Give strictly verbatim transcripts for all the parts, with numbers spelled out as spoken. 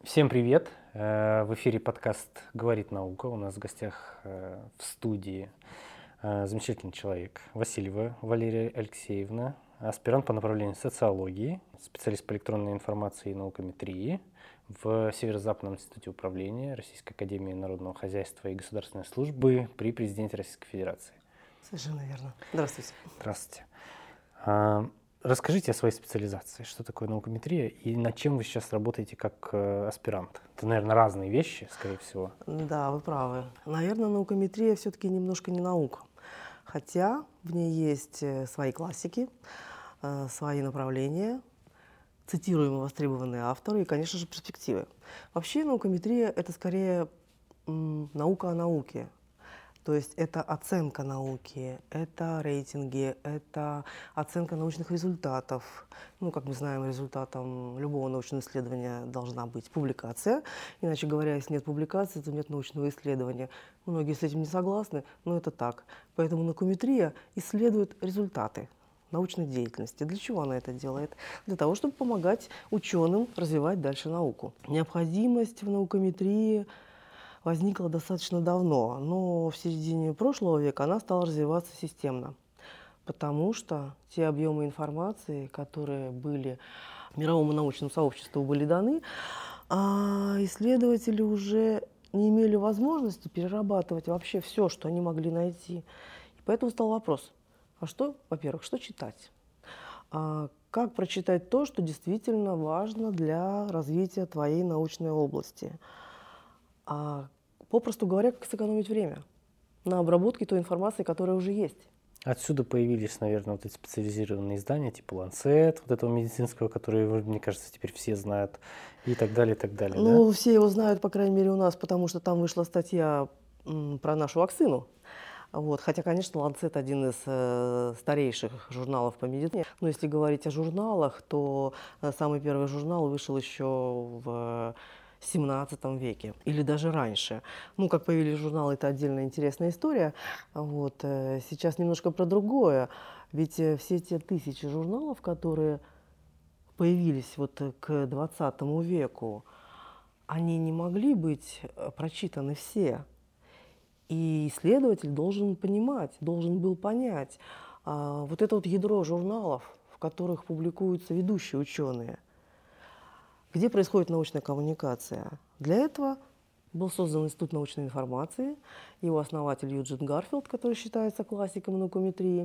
Всем привет! Э, В эфире подкаст «Говорит наука». У нас в гостях э, в студии э, замечательный человек Васильева Валерия Алексеевна, аспирант по направлению социологии, специалист по электронной информации и наукометрии в Северо-Западном институте управления Российской академии народного хозяйства и государственной службы при президенте Российской Федерации. Совершенно верно. Здравствуйте. Здравствуйте. А, Расскажите о своей специализации. Что такое наукометрия и над чем вы сейчас работаете как э, аспирант? Это, наверное, разные вещи, скорее всего. Да, вы правы. Наверное, наукометрия все-таки немножко не наука. Хотя в ней есть э, свои классики, э, свои направления, цитируемые востребованные авторы и, конечно же, перспективы. Вообще наукометрия – это скорее м, наука о науке. То есть это оценка науки, это рейтинги, это оценка научных результатов. Ну, как мы знаем, результатом любого научного исследования должна быть публикация. Иначе говоря, если нет публикации, то нет научного исследования. Многие с этим не согласны, но это так. Поэтому наукометрия исследует результаты научной деятельности. Для чего она это делает? Для того, чтобы помогать ученым развивать дальше науку. Необходимость в наукометрии возникла достаточно давно, но в середине прошлого века она стала развиваться системно, потому что те объемы информации, которые были мировому научному сообществу были даны, а исследователи уже не имели возможности перерабатывать вообще все, что они могли найти. И поэтому стал вопрос, а что, во-первых, что читать? А как прочитать то, что действительно важно для развития твоей научной области? А, попросту говоря, как сэкономить время на обработке той информации, которая уже есть. Отсюда появились, наверное, вот эти специализированные издания, типа «Ланцет», вот этого медицинского, который, мне кажется, теперь все знают, и так далее, и так далее. Ну, Да? все его знают, по крайней мере, у нас, потому что там вышла статья м, про нашу вакцину. Вот. Хотя, конечно, «Ланцет» один из э, старейших журналов по медицине. Но если говорить о журналах, то э, самый первый журнал вышел еще в семнадцатом веке или даже раньше. Ну, как появились журналы, это отдельная интересная история. Вот. э, Сейчас немножко про другое. Ведь э, все те тысячи журналов, которые появились вот э, к двадцатому веку, они не могли быть э, прочитаны все. И исследователь должен понимать, должен был понять а, вот это вот ядро журналов, в которых публикуются ведущие ученые, где происходит научная коммуникация. Для этого был создан Институт научной информации, его основатель Юджин Гарфилд, который считается классиком наукометрии.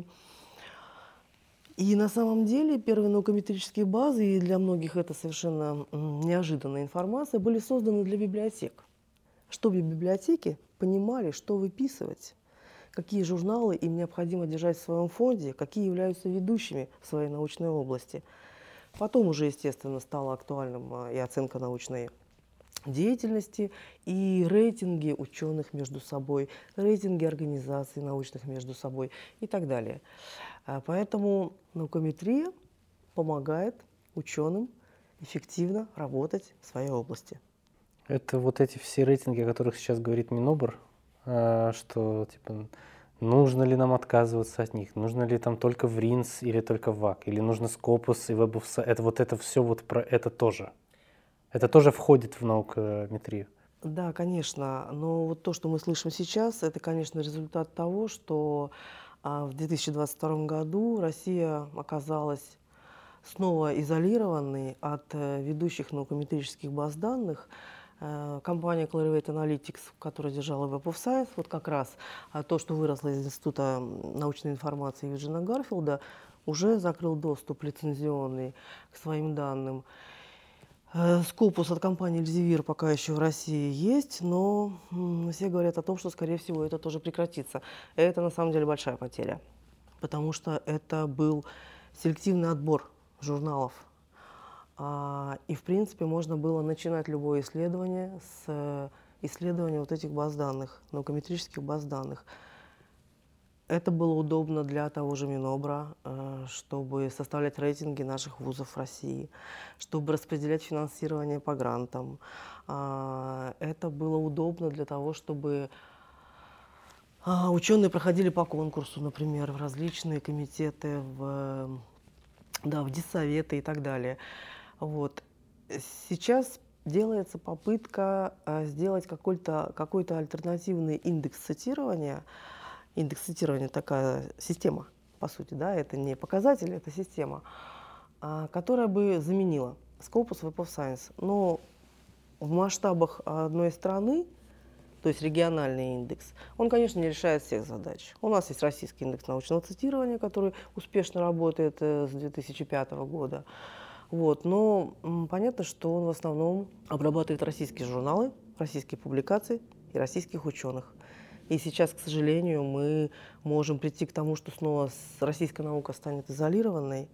И на самом деле первые наукометрические базы, и для многих это совершенно м, неожиданная информация, были созданы для библиотек, чтобы библиотеки понимали, что выписывать, какие журналы им необходимо держать в своем фонде, какие являются ведущими в своей научной области. Потом уже, естественно, стала актуальным а, и оценка научной деятельности, и рейтинги ученых между собой, рейтинги организаций научных между собой и так далее. А, Поэтому наукометрия помогает ученым эффективно работать в своей области. Это вот эти все рейтинги, о которых сейчас говорит Минобр, а, что типа нужно ли нам отказываться от них, нужно ли там только в РИНС или только в ВАК, или нужно Scopus и Web of Science. Это вот это все вот про это тоже. Это тоже входит в наукометрию. Да, конечно. Но вот то, что мы слышим сейчас, это, конечно, результат того, что а, в две тысячи двадцать втором году Россия оказалась снова изолированной от э, ведущих наукометрических баз данных. Э, Компания Clarivate Analytics, которая держала Web of Science, вот как раз а, то, что выросло из Института научной информации Юджина Гарфилда, уже закрыл доступ лицензионный к своим данным. Scopus от компании Elsevier пока еще в России есть, но м, все говорят о том, что, скорее всего, это тоже прекратится. И это на самом деле большая потеря, потому что это был селективный отбор журналов. А, и, в принципе, можно было начинать любое исследование с э, исследования вот этих баз данных, наукометрических баз данных. Это было удобно для того же Минобра, э, чтобы составлять рейтинги наших вузов в России, чтобы распределять финансирование по грантам. А, Это было удобно для того, чтобы а, ученые проходили по конкурсу, например, в различные комитеты, в, да, в диссоветы и так далее. Вот. Сейчас делается попытка а, сделать какой-то какой-то альтернативный индекс цитирования. Индекс цитирования такая система, по сути, да, это не показатель, это система, а, которая бы заменила Scopus Web of Science. Но в масштабах одной страны, то есть региональный индекс, он, конечно, не решает всех задач. У нас есть российский индекс научного цитирования, который успешно работает э, с две тысячи пятого года. Вот. Но м, понятно, что он в основном обрабатывает российские журналы, российские публикации и российских ученых. И сейчас, к сожалению, мы можем прийти к тому, что снова российская наука станет изолированной.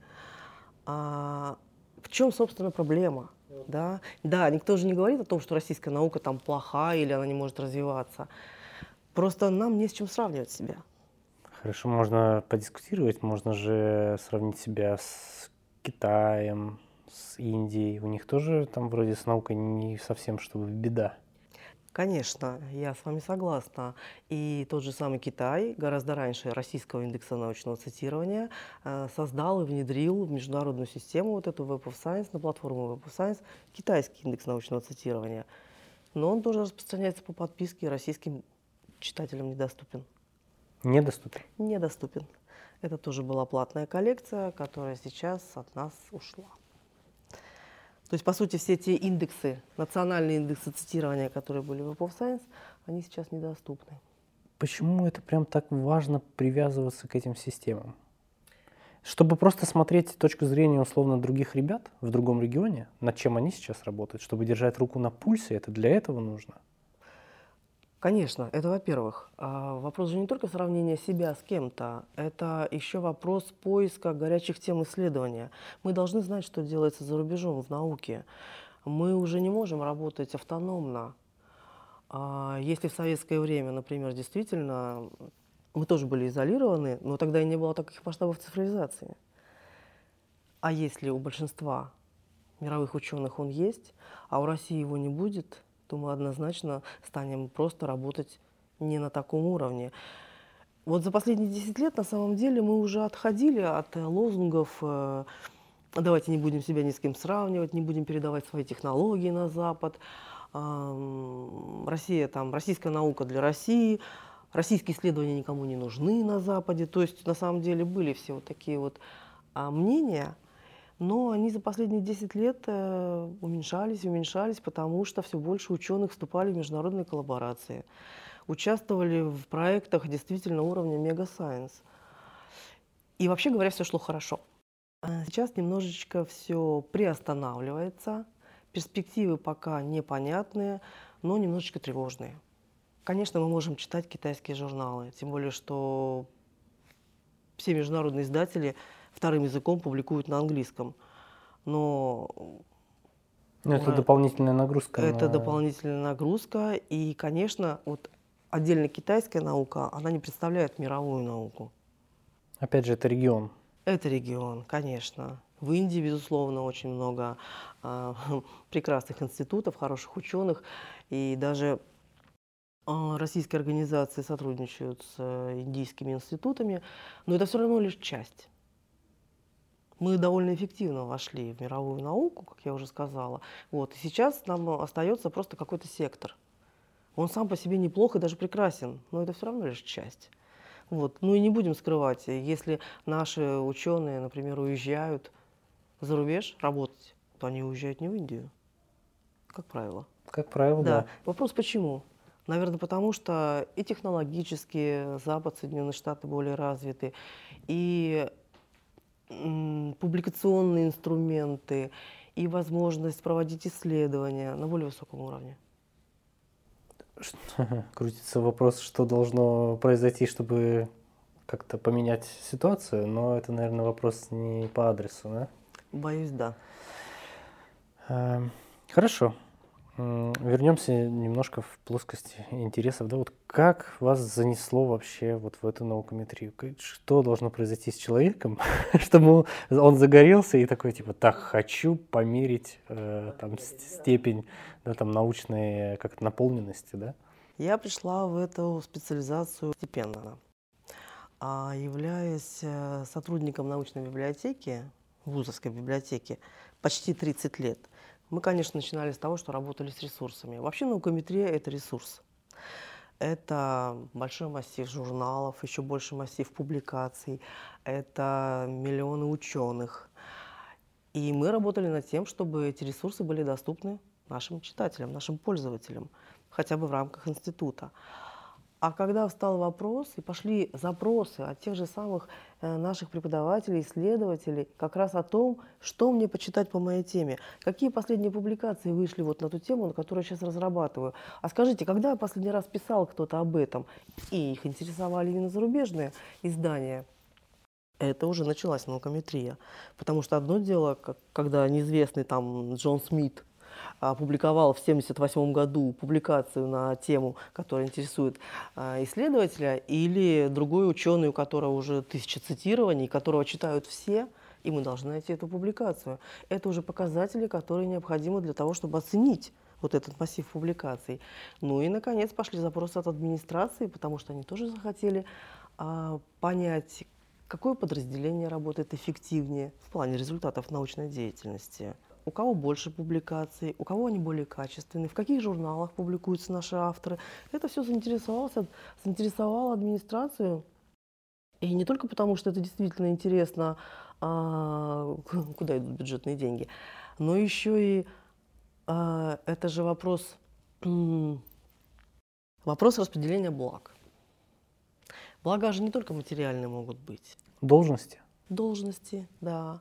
А в чем, собственно, проблема? Да? Да, никто же не говорит о том, что российская наука там плохая или она не может развиваться. Просто нам не с чем сравнивать себя. Хорошо, можно подискутировать, можно же сравнить себя с Китаем, с Индией. У них тоже там вроде с наукой не совсем чтобы беда. Конечно, я с вами согласна. И тот же самый Китай гораздо раньше российского индекса научного цитирования э, создал и внедрил в международную систему вот эту Web of Science, на платформу Web of Science, китайский индекс научного цитирования. Но он тоже распространяется по подписке и российским читателям недоступен. Недоступен? Недоступен. Это тоже была платная коллекция, которая сейчас от нас ушла. То есть, по сути, все те индексы, национальные индексы цитирования, которые были в Web of Science, они сейчас недоступны. Почему это прям так важно привязываться к этим системам? Чтобы просто смотреть точку зрения условно других ребят в другом регионе, над чем они сейчас работают, чтобы держать руку на пульсе, это для этого нужно? Конечно, это во-первых. А вопрос же не только сравнения себя с кем-то, это еще вопрос поиска горячих тем исследования. Мы должны знать, что делается за рубежом в науке. Мы уже не можем работать автономно. А если в советское время, например, действительно, мы тоже были изолированы, но тогда и не было таких масштабов цифровизации. А если у большинства мировых ученых он есть, а у России его не будет, то мы однозначно станем просто работать не на таком уровне. Вот за последние десять лет на самом деле мы уже отходили от лозунгов э, «давайте не будем себя ни с кем сравнивать, не будем передавать свои технологии на Запад», э, «Россия, там, российская наука для России», «российские исследования никому не нужны на Западе». То есть на самом деле были все вот такие вот а, мнения. Но они за последние десять лет э, уменьшались и уменьшались, потому что все больше ученых вступали в международные коллаборации, участвовали в проектах действительно уровня мега-сайенс. И вообще говоря, все шло хорошо. А сейчас немножечко все приостанавливается, перспективы пока непонятные, но немножечко тревожные. Конечно, мы можем читать китайские журналы, тем более, что все международные издатели вторым языком публикуют на английском. Но Ну, это дополнительная нагрузка. это на... дополнительная нагрузка. И, конечно, вот отдельно китайская наука, она не представляет мировую науку. Опять же, это регион. Это регион, конечно. В Индии, безусловно, очень много э, прекрасных институтов, хороших ученых. И даже э, российские организации сотрудничают с э, индийскими институтами. Но это все равно лишь часть. Мы довольно эффективно вошли в мировую науку, как я уже сказала. Вот. И сейчас нам остается просто какой-то сектор. Он сам по себе неплох и даже прекрасен, но это все равно лишь часть. Вот. Ну и не будем скрывать, если наши ученые, например, уезжают за рубеж работать, то они уезжают не в Индию, как правило. Как правило, да. да. Вопрос почему? Наверное, потому что и технологически Запад, Соединенные Штаты более развиты, и публикационные инструменты, и возможность проводить исследования на более высоком уровне. Крутится вопрос, что должно произойти, чтобы как-то поменять ситуацию, но это, наверное, вопрос не по адресу, да? Боюсь, да. Хорошо. Вернемся немножко в плоскость интересов. Да, вот как вас занесло вообще вот в эту наукометрию? Что должно произойти с человеком, чтобы он загорелся и такой типа, так, хочу померить э, там, степень да, там, научной как наполненности, да? Я пришла в эту специализацию постепенно. А являясь сотрудником научной библиотеки, вузовской библиотеки, почти тридцать лет, Мы, конечно, начинали с того, что работали с ресурсами. Вообще наукометрия – это ресурс. Это большой массив журналов, еще больше массив публикаций, это миллионы ученых. И мы работали над тем, чтобы эти ресурсы были доступны нашим читателям, нашим пользователям, хотя бы в рамках института. А когда встал вопрос, и пошли запросы от тех же самых э, наших преподавателей, исследователей, как раз о том, что мне почитать по моей теме, какие последние публикации вышли вот на ту тему, на которую я сейчас разрабатываю. А скажите, когда я последний раз писал кто-то об этом, и их интересовали именно зарубежные издания, это уже началась наукометрия. Потому что одно дело, как, когда неизвестный там Джон Смит опубликовал в тысяча девятьсот семьдесят восьмом году публикацию на тему, которая интересует а, исследователя, или другой ученый, у которого уже тысяча цитирований, которого читают все, и мы должны найти эту публикацию. Это уже показатели, которые необходимы для того, чтобы оценить вот этот массив публикаций. Ну и, наконец, пошли запросы от администрации, потому что они тоже захотели а, понять, какое подразделение работает эффективнее в плане результатов научной деятельности. У кого больше публикаций, у кого они более качественные, в каких журналах публикуются наши авторы. Это все заинтересовало, заинтересовало администрацию. И не только потому, что это действительно интересно, а, куда идут бюджетные деньги, но еще и а, это же вопрос, вопрос распределения благ. Блага же не только материальные могут быть. Должности? Должности, да.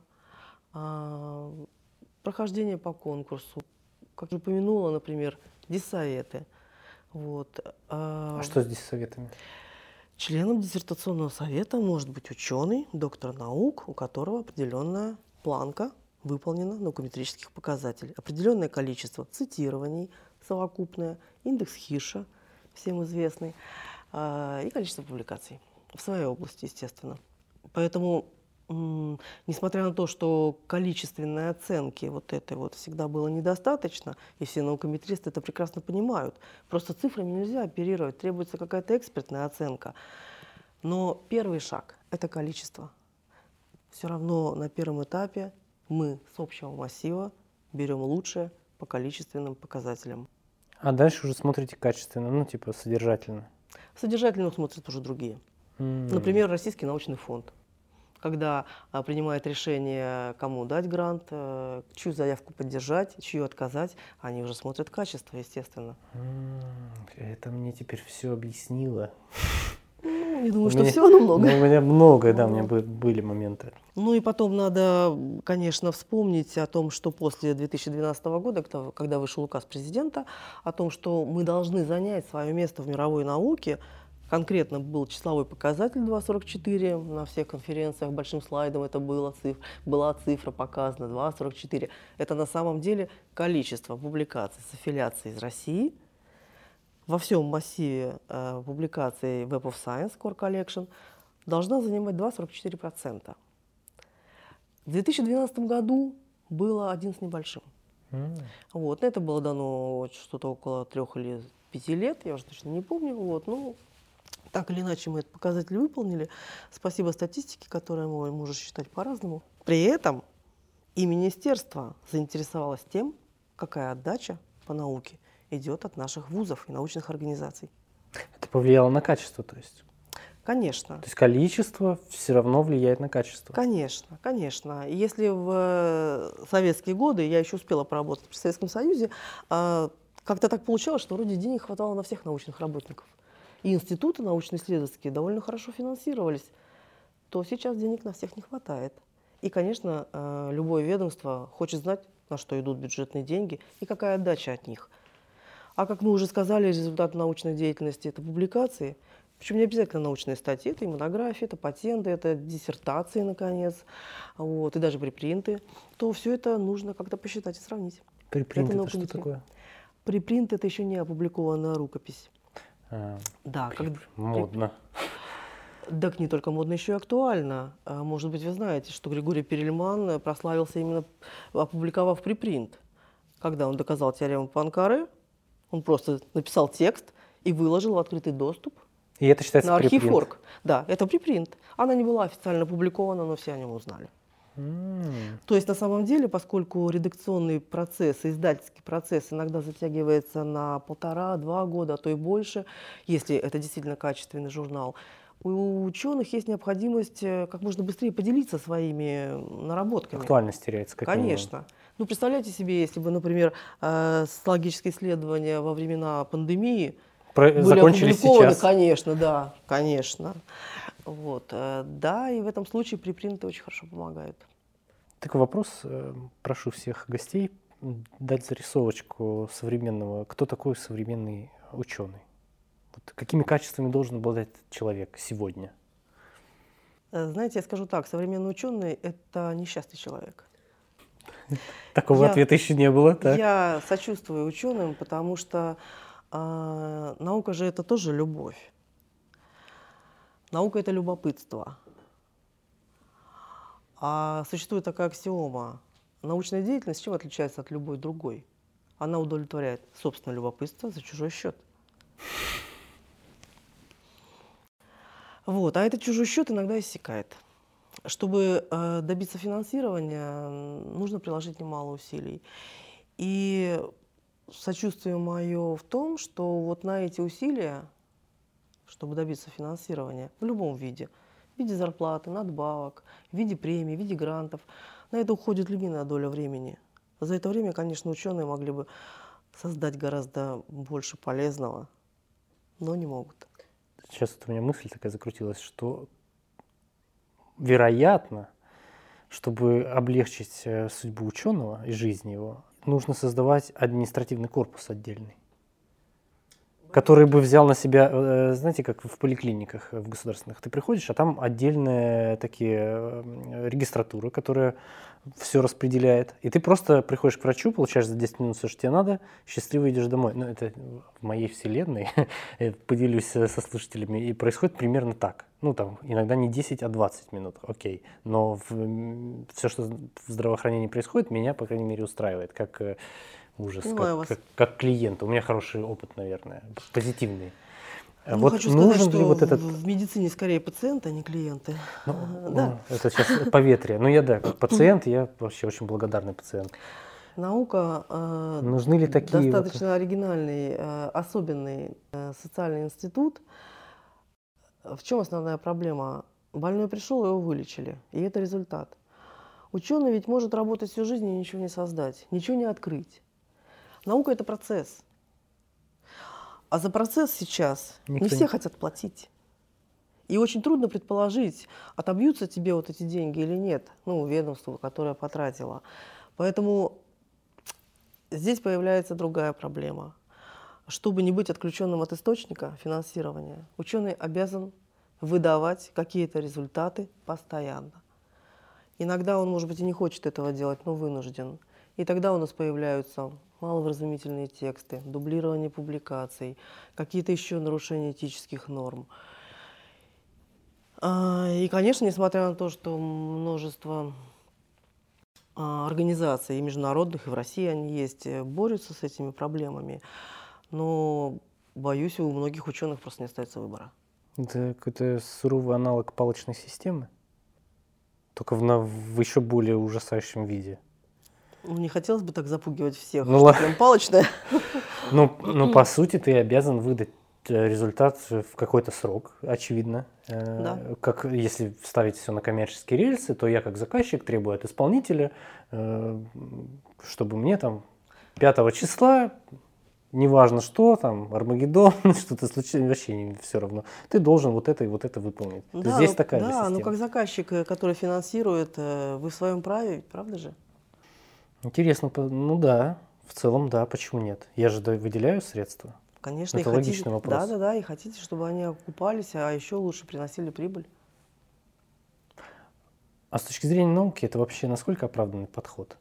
А, прохождение по конкурсу. Как я упомянула, например, диссоветы. Вот. А, а что с диссоветами? Членом диссертационного совета может быть ученый, доктор наук, у которого определенная планка выполнена наукометрических показателей. Определенное количество цитирований совокупное, индекс Хирша, всем известный, и количество публикаций в своей области, естественно. Поэтому, несмотря на то, что количественной оценки вот этой вот всегда было недостаточно, и все наукометристы это прекрасно понимают, просто цифрами нельзя оперировать, требуется какая-то экспертная оценка. Но первый шаг – это количество. Все равно на первом этапе мы с общего массива берем лучшее по количественным показателям. А дальше уже смотрите качественно, ну типа содержательно. Содержательно смотрят уже другие. Mm. Например, Российский научный фонд. Когда а, принимает решение, кому дать грант, а, чью заявку поддержать, чью отказать, они уже смотрят качество, естественно. Mm. Это мне теперь все объяснило. Ну, не думаю, у что меня, все, но много. Ну, у меня много, да, у меня были моменты. Ну и потом надо, конечно, вспомнить о том, что после две тысячи двенадцатого года, когда вышел указ президента, о том, что мы должны занять свое место в мировой науке. Конкретно был числовой показатель два сорок четыре, на всех конференциях большим слайдом это было, цифра, была цифра показана два сорок четыре. Это на самом деле количество публикаций с аффилиацией из России во всем массиве э, публикаций Web of Science Core Collection должна занимать два сорок четыре процента. В две тысячи двенадцатом году было один с небольшим. Mm. Вот, это было дано что-то около трех или пяти лет, я уже точно не помню. Вот, ну, так или иначе мы этот показатель выполнили. Спасибо статистике, которая может считать по-разному. При этом и министерство заинтересовалось тем, какая отдача по науке идет от наших вузов и научных организаций. Это повлияло на качество, то есть? Конечно. То есть количество все равно влияет на качество? Конечно, конечно. Если в советские годы, я еще успела поработать при Советском Союзе, как-то так получалось, что вроде денег хватало на всех научных работников. И институты научно-исследовательские довольно хорошо финансировались, то сейчас денег на всех не хватает. И, конечно, любое ведомство хочет знать, на что идут бюджетные деньги и какая отдача от них. А как мы уже сказали, результат научной деятельности – это публикации. Причем не обязательно научные статьи, это и монографии, это патенты, это диссертации, наконец, вот, и даже препринты. То все это нужно как-то посчитать и сравнить. Препринт – это, это что такое? Препринт – это еще не опубликованная рукопись. А, да, при... как... Модно. Так не только модно, еще и актуально. Может быть, вы знаете, что Григорий Перельман прославился именно опубликовав препринт. Когда он доказал теорему Пуанкаре, он просто написал текст и выложил в открытый доступ. И это считается на архив препринт? Орг. Да, это препринт. Она не была официально опубликована, но все о нем узнали. М. То есть на самом деле, поскольку редакционный процесс, издательский процесс иногда затягивается на полтора-два года, а то и больше, если это действительно качественный журнал, у ученых есть необходимость э, как можно быстрее поделиться своими наработками. Актуальность теряется, как минимум. Конечно. Ну, представляете себе, если бы, например, э, социологические исследования во времена пандемии Про- были Закончились опубликованы, сейчас. конечно, да, конечно. Вот, э, да, и в этом случае припринты очень хорошо помогают. Такой вопрос. э, Прошу всех гостей м, дать зарисовочку современного. Кто такой современный ученый? Вот какими качествами должен обладать человек сегодня? Э, Знаете, я скажу так, современный ученый– это несчастный человек. Такого Я, ответа еще не было, так? я сочувствую ученым, потому что а, наука же это тоже любовь. Наука это любопытство. А существует такая аксиома. Научная деятельность чем отличается от любой другой? Она удовлетворяет собственное любопытство за чужой счет. Вот, а этот чужой счет иногда иссякает. Чтобы э, добиться финансирования, м, нужно приложить немало усилий. И сочувствие мое в том, что вот на эти усилия, чтобы добиться финансирования в любом виде, в виде зарплаты, надбавок, в виде премий, в виде грантов, на это уходит львиная доля времени. За это время, конечно, ученые могли бы создать гораздо больше полезного, но не могут. Сейчас вот у меня мысль такая закрутилась, что вероятно, чтобы облегчить э, судьбу ученого и жизнь его, нужно создавать административный корпус отдельный, который бы взял на себя, э, знаете, как в поликлиниках э, в государственных, ты приходишь, а там отдельные такие э, регистратуры, которая все распределяет, и ты просто приходишь к врачу, получаешь за десять минут все, что тебе надо, счастливо идешь домой. Ну, это в моей вселенной, я поделюсь э, со слушателями, и происходит примерно так. Ну, там, иногда не десять, а двадцать минут, окей. Но все, что в здравоохранении происходит, меня, по крайней мере, устраивает, как э, ужас, Понимаю как, вас. как, как клиент. У меня хороший опыт, наверное, позитивный. А Ну, вот хочу сказать, нужен что ли вот в- этот, в медицине скорее пациенты, а не клиенты. ну, Э, ну, Да, это сейчас поветрие. Ну, я, да, как пациент, я вообще очень благодарный пациент. наука э, Нужны ли такие вот... достаточно оригинальный, э, особенный э, социальный институт. В чем основная проблема? Больной пришел, его вылечили, и это результат. Ученый ведь может работать всю жизнь и ничего не создать, ничего не открыть. Наука– это процесс. А за процесс сейчас Никто не не- все хотят платить. И очень трудно предположить, отобьются тебе вот эти деньги или нет, ну, ведомство, которое потратило. Поэтому здесь появляется другая проблема. Чтобы не быть отключенным от источника финансирования, ученый обязан выдавать какие-то результаты постоянно. Иногда он, может быть, и не хочет этого делать, но вынужден. И тогда у нас появляются маловразумительные тексты, дублирование публикаций, какие-то еще нарушения этических норм. А, И, конечно, несмотря на то, что множество а, организаций, и международных, и в России они есть, э, борются с этими проблемами, но, боюсь, у многих ученых просто не остается выбора. Это какой-то суровый аналог палочной системы, только в, на- в еще более ужасающем виде. Ну, не хотелось бы так запугивать всех, Ну, что ла- прям палочная. Ну, ну, по сути, ты обязан выдать э, результат в какой-то срок, очевидно. Э, Да. Как если ставить все на коммерческие рельсы, то я как заказчик требую от исполнителя, э, чтобы мне там пятого числа, неважно что, там, Армагеддон, что-то случилось, вообще не все равно, ты должен вот это и вот это выполнить. То есть Да, здесь ну, такая же да, ну система. как заказчик, э, который финансирует, э, вы в своем праве, ведь, правда же? Интересно, по- ну да, в целом да, почему нет? Я же да- выделяю средства. Конечно, Это и логичный хотите, вопрос. да, да, да, и хотите, чтобы они окупались, а еще лучше приносили прибыль. А с точки зрения науки, это вообще насколько оправданный подход?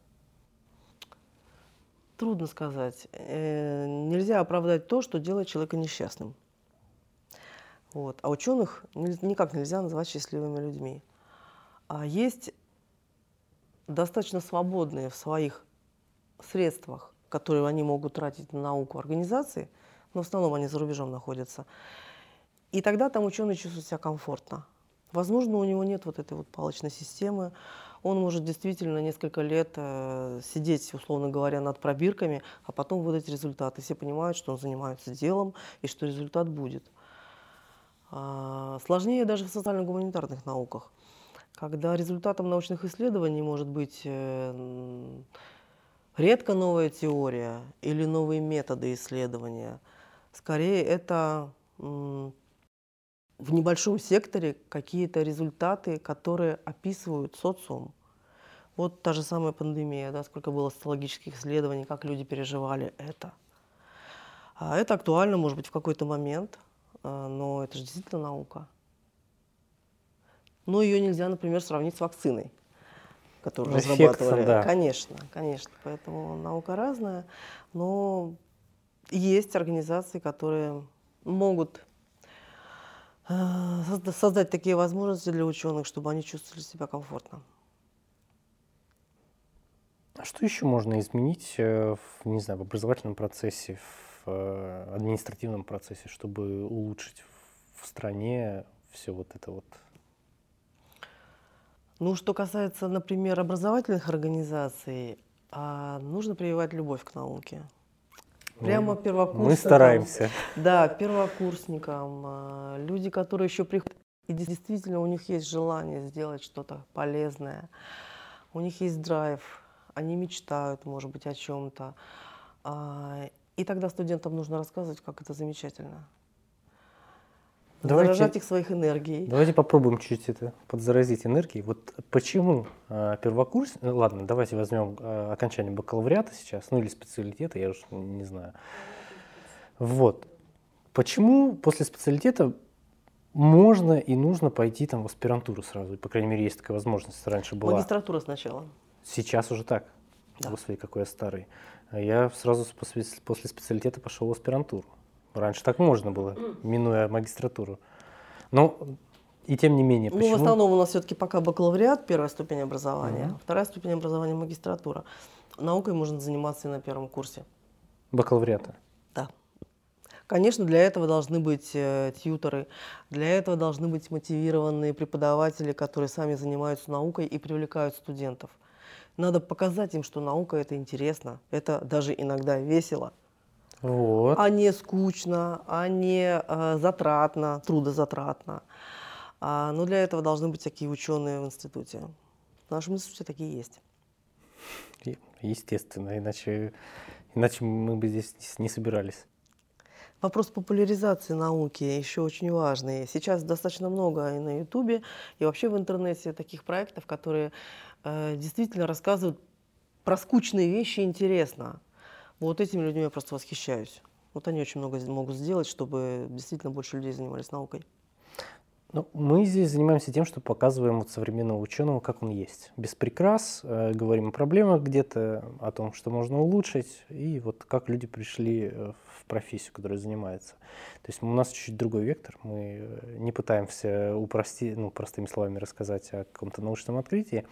Трудно сказать. Э, Нельзя оправдать то, что делает человека несчастным. Вот. А ученых нель- никак нельзя назвать счастливыми людьми. А есть достаточно свободные в своих средствах, которые они могут тратить на науку организации, но в основном они за рубежом находятся. И тогда там ученый чувствует себя комфортно. Возможно, у него нет вот этой вот палочной системы. Он может действительно несколько лет э, сидеть, условно говоря, над пробирками, а потом выдать результаты. Все понимают, что он занимается делом и что результат будет. А, сложнее даже в социально-гуманитарных науках, когда результатом научных исследований может быть э, редко новая теория или новые методы исследования. Скорее, это м, в небольшом секторе какие-то результаты, которые описывают социум. Вот та же самая пандемия, да, сколько было социологических исследований, как люди переживали это. А это актуально, может быть, в какой-то момент, а, но это же действительно наука. Но ее нельзя, например, сравнить с вакциной, которую Эффект, разрабатывали. да. Конечно, конечно. Поэтому наука разная, но есть организации, которые могут э, созда- создать такие возможности для ученых, чтобы они чувствовали себя комфортно. А что еще можно изменить, э, в, не знаю, в образовательном процессе, в э, административном процессе, чтобы улучшить в стране все вот это вот? Ну, что касается, например, образовательных организаций, а, нужно прививать любовь к науке. Прямо Ну, первокурсникам. мы стараемся. Да, первокурсникам, а, люди, которые еще приходят, и действительно у них есть желание сделать что-то полезное, у них есть драйв, они мечтают, может быть, о чем-то. А, И тогда студентам нужно рассказывать, как это замечательно. Заражать Давайте, их своих энергией. давайте попробуем чуть это подзаразить энергией. Вот почему э, первокурс... э, Ладно, давайте возьмем э, окончание бакалавриата сейчас, ну или специалитета, я уже не знаю. Вот. Почему после специалитета можно и нужно пойти там в аспирантуру сразу? По крайней мере, есть такая возможность. Раньше была. Магистратура сначала. Сейчас уже так. Да. Господи, какой я старый. А я сразу после, после специалитета пошел в аспирантуру. Раньше так можно было, минуя магистратуру. Но и тем не менее, Ну, почему? в основном у нас все-таки пока бакалавриат, первая ступень образования, Мгм. вторая ступень образования магистратура. Наукой можно заниматься и на первом курсе. Бакалавриата. Да. Конечно, для этого должны быть э, тьюторы, для этого должны быть мотивированные преподаватели, которые сами занимаются наукой и привлекают студентов. Надо показать им, что наука — это интересно, это даже иногда весело, Вот. а не скучно, а не э, затратно, трудозатратно. А, но для этого должны быть такие ученые в институте. В нашем институте такие есть. И- Естественно, иначе, иначе мы бы здесь не собирались. Вопрос популяризации науки еще очень важный. Сейчас достаточно много и на Ютубе, и вообще в интернете таких проектов, которые э, действительно рассказывают про скучные вещи интересно. Вот этими людьми я просто восхищаюсь. Вот они очень много могут сделать, чтобы действительно больше людей занимались наукой. Ну, мы здесь занимаемся тем, что показываем вот современного ученого, как он есть. Без прикрас, э, говорим о проблемах где-то, о том, что можно улучшить, и вот как люди пришли э, в профессию, которой занимаются. То есть у нас чуть-чуть другой вектор. Мы э, не пытаемся упростить, ну, простыми словами рассказать о каком-то научном открытии,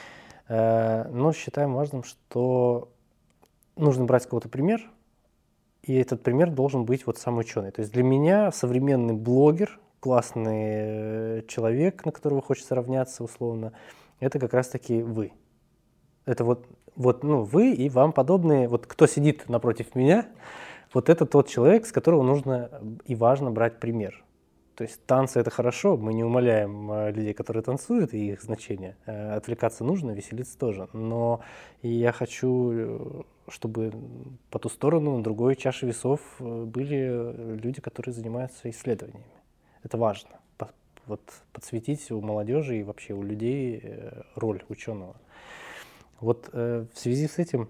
э, но считаем важным, что нужно брать кого-то пример, и этот пример должен быть вот сам ученый. То есть для меня современный блогер, классный человек, на которого хочется равняться условно, это как раз-таки вы. Это вот, вот ну, вы и вам подобные, вот кто сидит напротив меня, вот это тот человек, с которого нужно и важно брать пример. То есть танцы — это хорошо, мы не умаляем э, людей, которые танцуют, и их значение. Э, отвлекаться нужно, веселиться тоже. Но я хочу, э, чтобы по ту сторону, на другой чаше весов э, были люди, которые занимаются исследованиями. Это важно. По- вот подсветить у молодежи и вообще у людей э, роль ученого. Вот э, в связи с этим,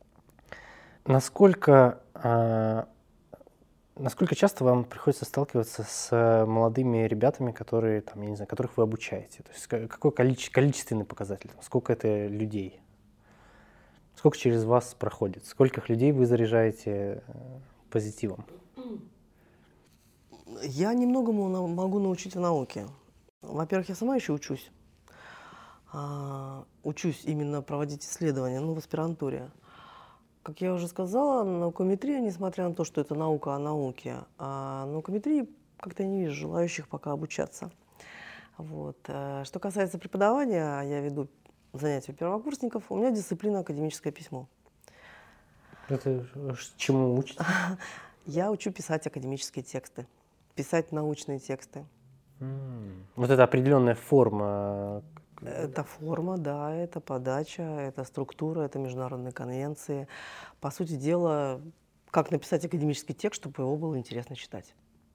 насколько э, Насколько часто вам приходится сталкиваться с молодыми ребятами, которые, там, я не знаю, которых вы обучаете? То есть ка- какой количе- количественный показатель? Там, сколько это людей? Сколько через вас проходит? Скольких людей вы заряжаете э, позитивом? Я немногому на- могу научить в науке. Во-первых, я сама еще учусь. А, учусь именно проводить исследования, ну, в аспирантуре. Как я уже сказала, наукометрия, несмотря на то, что это наука о науке, а наукометрии как-то я не вижу желающих пока обучаться. Вот. Э, Что касается преподавания, я веду занятия первокурсников, у меня дисциплина академическое письмо. Это ш- чему учите? Я учу писать академические тексты, писать научные тексты. М, Вот это определенная форма. к- Это форма, да, это подача, это структура, это международные конвенции. По сути дела, как написать академический текст, чтобы его было интересно читать.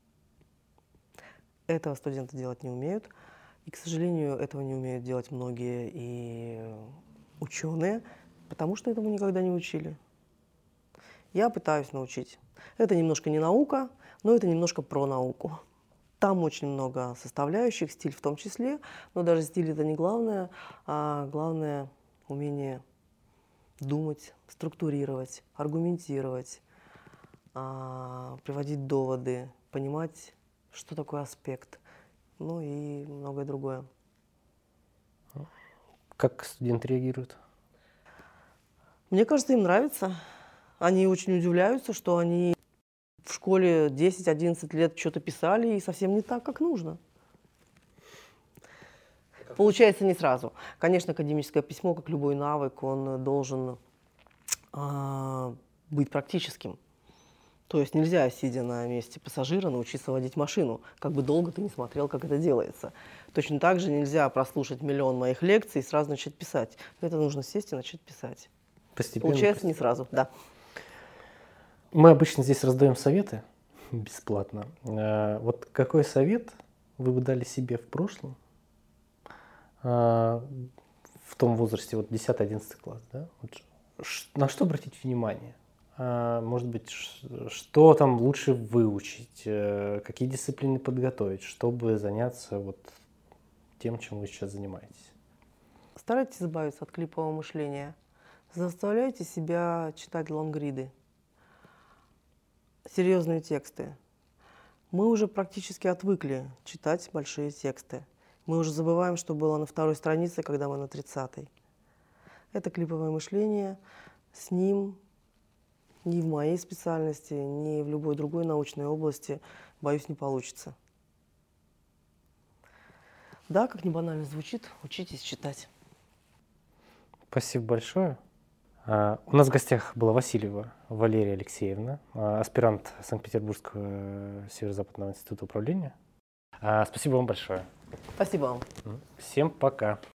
Этого студенты делать не умеют. И, к сожалению, этого не умеют делать многие и ученые, потому что этому никогда не учили. Я пытаюсь научить. Это немножко не наука, но это немножко про науку. Там очень много составляющих, стиль в том числе, но даже стиль это не главное, а главное умение думать, структурировать, аргументировать, а, приводить доводы, понимать, что такое аспект, ну и многое другое. Как студенты реагируют? Мне кажется, им нравится. Они очень удивляются, что они в школе десять-одиннадцать лет что-то писали и совсем не так, как нужно. Получается не сразу. Конечно, академическое письмо, как любой навык, он должен а, быть практическим. То есть нельзя, сидя на месте пассажира, научиться водить машину, как бы долго ты не смотрел, как это делается. Точно так же нельзя прослушать миллион моих лекций и сразу начать писать. Это нужно сесть и начать писать. Постепенно. Получается не сразу, да. Мы обычно здесь раздаем советы бесплатно. Э, Вот какой совет вы бы дали себе в прошлом, э, в том возрасте, вот десятый-одиннадцатый класс, да? Вот ш- на что обратить внимание? А, Может быть, ш- что там лучше выучить, э, какие дисциплины подготовить, чтобы заняться вот тем, чем вы сейчас занимаетесь? Старайтесь избавиться от клипового мышления. Заставляйте себя читать лонгриды, серьезные тексты. Мы уже практически отвыкли читать большие тексты. Мы уже забываем, что было на второй странице, когда мы на тридцатой. Это клиповое мышление. С ним ни в моей специальности, ни в любой другой научной области, боюсь, не получится. Да, как ни банально звучит, учитесь читать. Спасибо большое. А, У нас в гостях была Васильева Валерия Алексеевна, а, аспирант Санкт-Петербургского северо-западного института управления. А, Спасибо вам большое. Спасибо вам. Мгм. Всем пока.